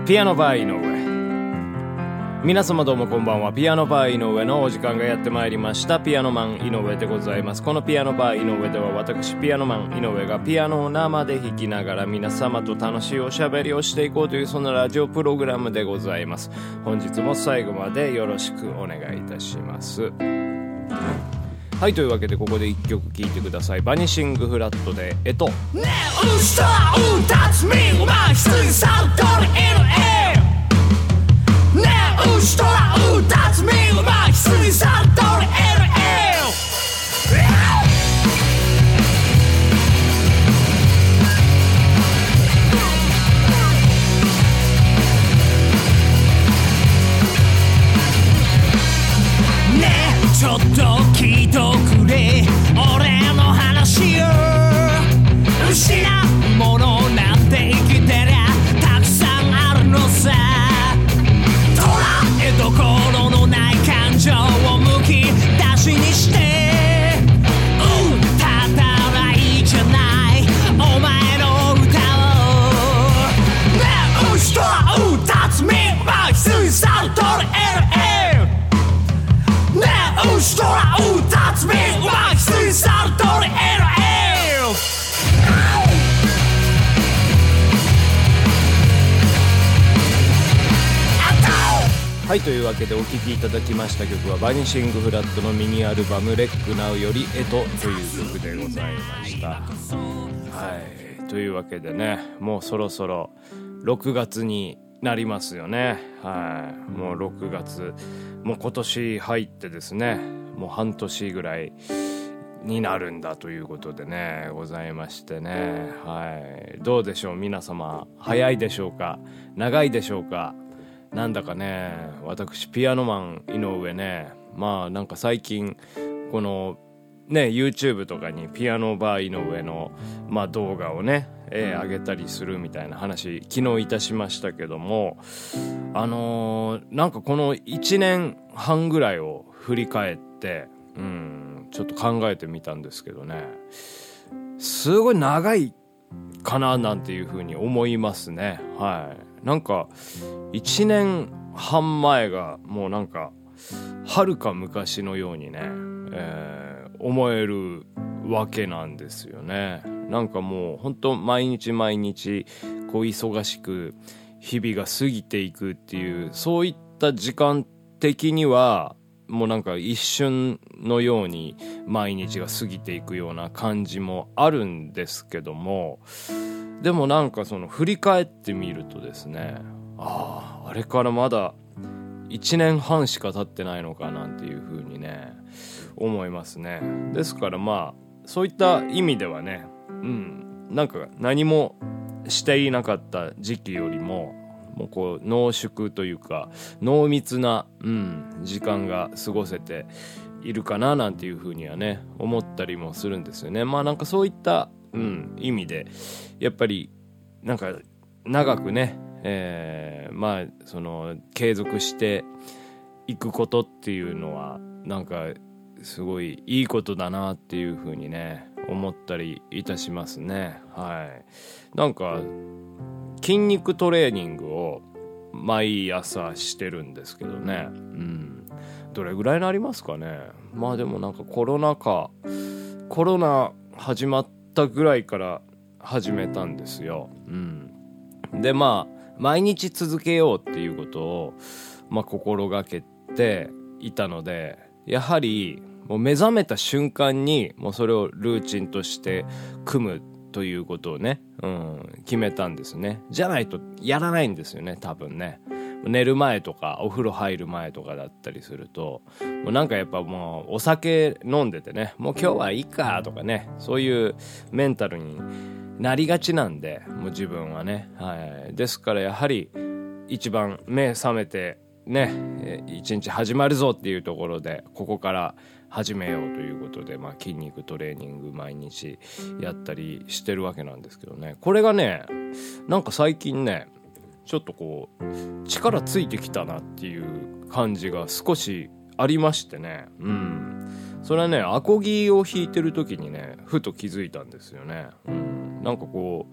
ピアノバー井上。皆様どうもこんばんは。ピアノバー井上のお時間がやってまいりました。ピアノマン井上でございます。このピアノバー井上では私ピアノマン井上がピアノを生で弾きながら皆様と楽しいおしゃべりをしていこうというそのラジオプログラムでございます。本日も最後までよろしくお願いいたします。はい、というわけでここで1曲聴いてください。バニシングフラットでねえうしとらうたつみうまいすいさうとりいるねえうしとらうたつみうまいすいさうとりいるちょっと聞いとくれ俺の話を。失うものなんて生きてりゃたくさんあるのさ。捉えどころのない感情をむき出しにしてたたらいいじゃないお前の歌を。ねえうしとらうたつみうまいすいさるとりうしとらうたつみうまいすいさるとりはい、というわけでお聴きいただきました曲はバニシングフラットのミニアルバムレックナウよりエトという曲でございました。はい、というわけでね、もうそろそろ6月になりますよね。はい、もう6月もう今年入ってですね、もう半年ぐらいになるんだということでねございましてね。はい、どうでしょう皆様、早いでしょうか長いでしょうか。なんだかね私ピアノマン井上ね、まあなんか最近このね YouTube とかにピアノバー井上の、まあ、動画をね上げたりするみたいな話昨日いたしましたけども、なんかこの1年半ぐらいを振り返ってちょっと考えてみたんですけどね、すごい長いかななんていうふうに思いますね。はい、なんか1年半前がもうなんか遥か昔のようにね、思えるわけなんですよね。なんかもう本当毎日毎日こう忙しく日々が過ぎていくっていう、そういった時間的にはもうなんか一瞬のように毎日が過ぎていくような感じもあるんですけども、でもなんかその振り返ってみるとですね、あれからまだ1年半しか経ってないのかなんていう風にね思いますね。ですからまあそういった意味ではね、なんか何もしていなかった時期よりももうこう濃縮というか濃密な、時間が過ごせているかななんていう風にはね思ったりもするんですよね。まあなんかそういった、意味でやっぱりなんか長くね、まあその継続していくことっていうのはなんかすごいいいことだなっていう風にね思ったりいたしますね。はい、なんか筋肉トレーニングを毎朝してるんですけどね、どれぐらいになりますかね。まあでもなんかコロナ始まったぐらいから始めたんですよ。でまあ毎日続けようっていうことを、心がけていたので、やはりもう目覚めた瞬間にもうそれをルーチンとして組むということをね、決めたんですね。じゃないとやらないんですよね多分ね。寝る前とかお風呂入る前とかだったりするともうなんかやっぱもうお酒飲んでてね、もう今日はいいかとかね、そういうメンタルになりがちなんで、もう自分はね、ですからやはり一番目覚めてね一日始まるぞっていうところでここから始めようということで、筋肉トレーニング毎日やったりしてるわけなんですけどね、これがねなんか最近ねちょっとこう力ついてきたなっていう感じが少しありましてね、それはねアコギを弾いてる時にねふと気づいたんですよね。なんかこう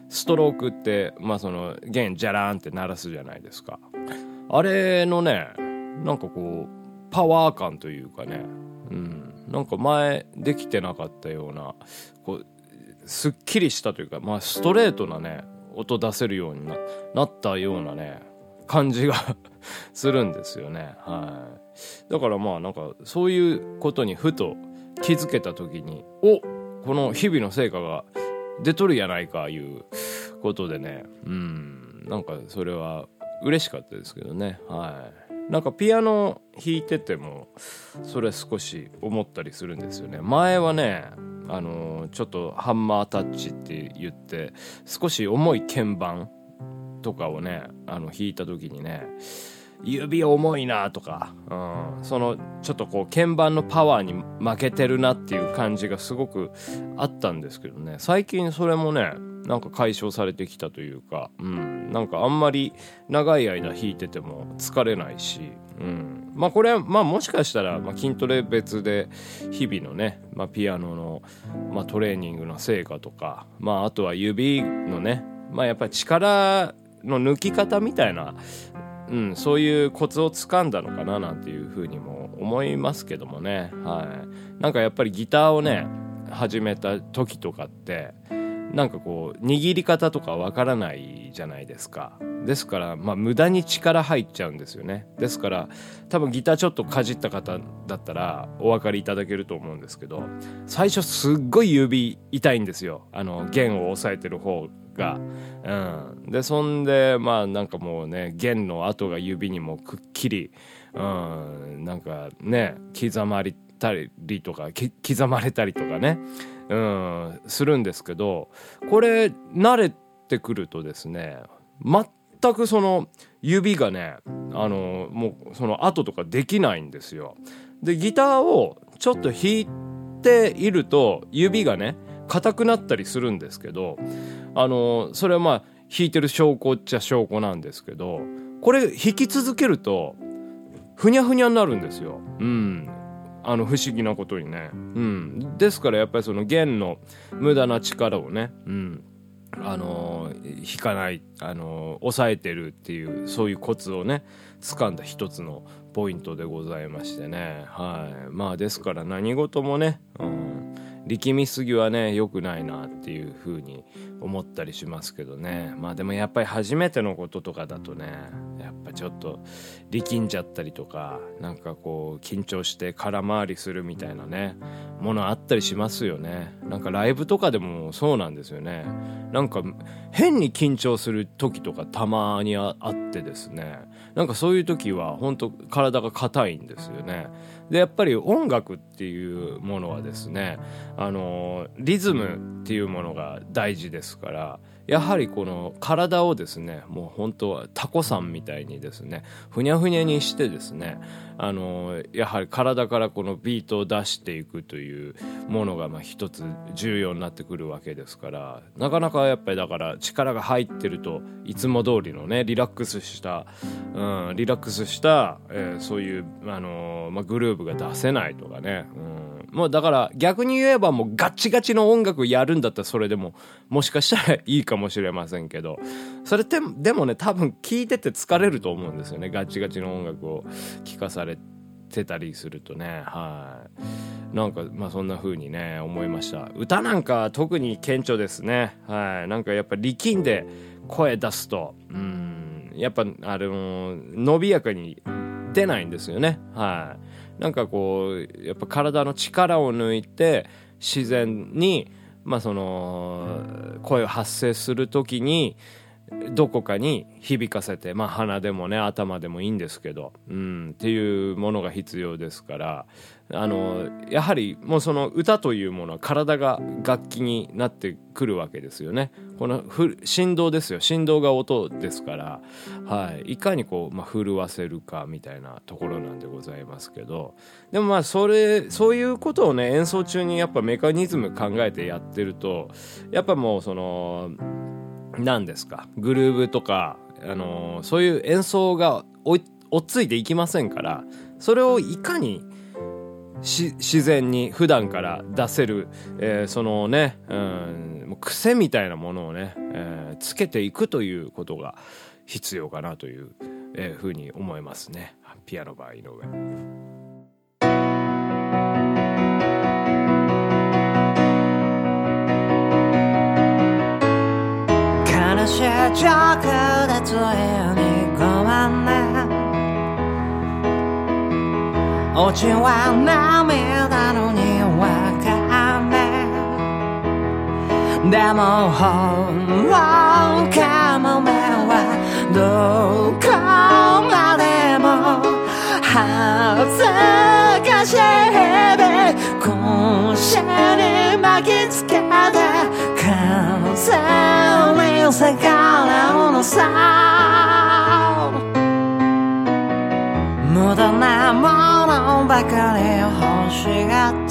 ストロークって、その弦ジャラーンって鳴らすじゃないですか。あれのね、なんかこうパワー感というかね、なんか前できてなかったような、こうすっきりしたというか、ストレートなね音出せるように なったようなね感じがするんですよね。だからなんかそういうことにふと気づけた時に、この日々の成果が出とるやないかいうことでね、なんかそれは嬉しかったですけどね。なんかピアノ弾いててもそれ少し思ったりするんですよね。前はね、ちょっとハンマータッチって言って少し重い鍵盤とかをね弾いた時にね、指重いなとか、そのちょっとこう鍵盤のパワーに負けてるなっていう感じがすごくあったんですけどね、最近それもねなんか解消されてきたというか、なんかあんまり長い間弾いてても疲れないし、これはもしかしたら筋トレ別で日々のね、ピアノの、トレーニングの成果とか、あとは指のね、やっぱり力の抜き方みたいな、そういうコツをつかんだのかななんていうふうにも思いますけどもね。なんかやっぱりギターをね始めた時とかってなんかこう握り方とかわからないじゃないですか。ですから無駄に力入っちゃうんですよね。ですから多分ギターちょっとかじった方だったらお分かりいただけると思うんですけど、最初すっごい指痛いんですよ、弦を押さえてる方が。でそんでなんかもうね弦の跡が指にもくっきり、なんかね刻まれたりとかね、するんですけど、これ慣れてくるとですね、全くその指がねもうその跡とかできないんですよ。でギターをちょっと弾いていると指がね硬くなったりするんですけど、それは弾いてる証拠っちゃ証拠なんですけど、これ弾き続けるとふにゃふにゃになるんですよ。不思議なことにね。ですからやっぱりその弦の無駄な力をね、弾かない、抑えてるっていう、そういうコツをね掴んだ一つのポイントでございましてね。ですから何事もね、力みすぎはね良くないなっていう風に思ったりしますけどね。でもやっぱり初めてのこととかだとね、やっぱちょっと力んじゃったりとか、なんかこう緊張して空回りするみたいなねものあったりしますよね。なんかライブとかでもそうなんですよね。なんか変に緊張する時とかたまに あってですね、なんかそういう時は本当体が硬いんですよね。でやっぱり音楽っていうものはですね、リズムっていうものが大事ですから、やはりこの体をですね、もう本当はタコさんみたいにですねふにゃふにゃにしてですね、やはり体からこのビートを出していくというものが一つ重要になってくるわけですから、なかなかやっぱりだから力が入ってるといつも通りのねリラックスした、そういう、グルーヴが出せないとかね、もうだから逆に言えばもうガチガチの音楽やるんだったらそれでももしかしたらいいかもしれませんけど、それってでもね多分聴いてて疲れると思うんですよね。ガチガチの音楽を聴かされてたりするとね。なんかそんな風にね思いました。歌なんか特に顕著ですね。なんかやっぱ力んで声出すとやっぱ伸びやかに出ないんですよね。なんかこうやっぱ体の力を抜いて自然にその声を発声するときにどこかに響かせて、鼻でもね頭でもいいんですけど、っていうものが必要ですから、やはりもうその歌というものは体が楽器になってくるわけですよね。この振動ですよ。振動が音ですから、いかにこう、震わせるかみたいなところなんでございますけど、でもそういうことをね演奏中にやっぱメカニズム考えてやってると、やっぱもうその何ですか、グルーブとか、そういう演奏が追っついていきませんから、それをいかに自然に普段から出せる、そのね、 癖みたいなものをね、つけていくということが必要かなという、ふうに思いますね。ピアノバー井上。 悲しい直列にごめんね、オチは涙のにわかめ、でもほんのかもめはどこまでも恥ずかしい日々、腰に巻きつけて風に逆らうのさ、無駄なものばかり欲しがって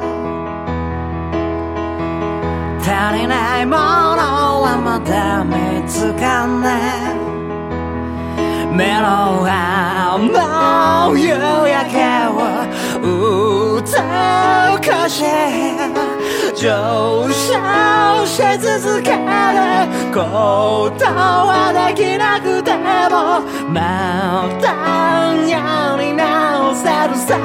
足りないものはまだ見つかんない、目の前の夕焼けを美しい上昇し続けることはできなくても、またやり直せるさ、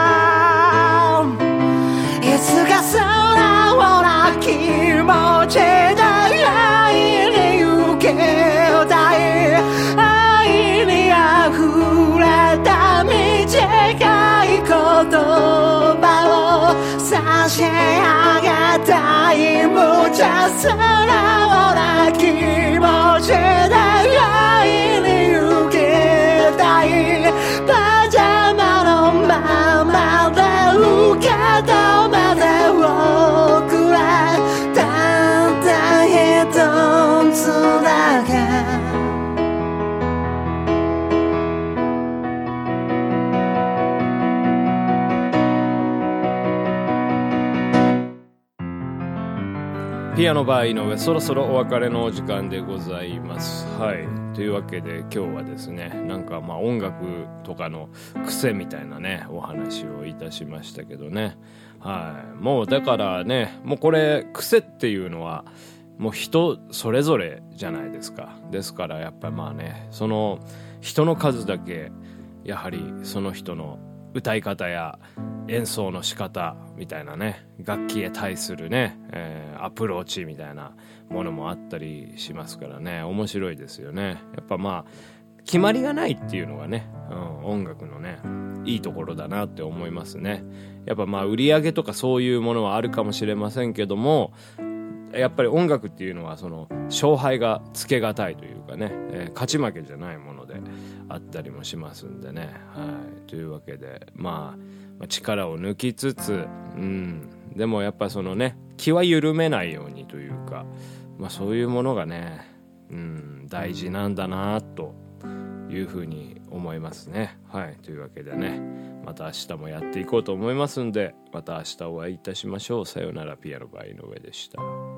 いつか素直な気持ちで愛に受けたい、愛にあふれた短い言葉を差し上げたい、無茶素直な気持ちで愛に受けたい、パジャマのままで受け止めておくれ、たった一つだけ。 ピアノバー井上、そろそろお別れのお時間でございます。はい、というわけで今日はですね、なんかまあ音楽とかの癖みたいなねお話をいたしましたけどね。はい、もうだからね、もうこれ癖っていうのはもう人それぞれじゃないですか。ですからやっぱりまあね、その人の数だけやはりその人の歌い方や演奏の仕方みたいなね、楽器へ対するね、アプローチみたいなものもあったりしますからね、面白いですよね。やっぱまあ決まりがないっていうのがね、音楽のねいいところだなって思いますね。やっぱまあ売り上げとかそういうものはあるかもしれませんけども、やっぱり音楽っていうのはその勝敗がつけがたいというかね、勝ち負けじゃないものであったりもしますんでね。はい、というわけでまあ力を抜きつつ、でもやっぱそのね気は緩めないようにというか、そういうものがね、大事なんだなというふうに思いますね。はい、というわけでね、また明日もやっていこうと思いますんで、また明日お会いいたしましょう。さようなら。ピアノバー井上でした。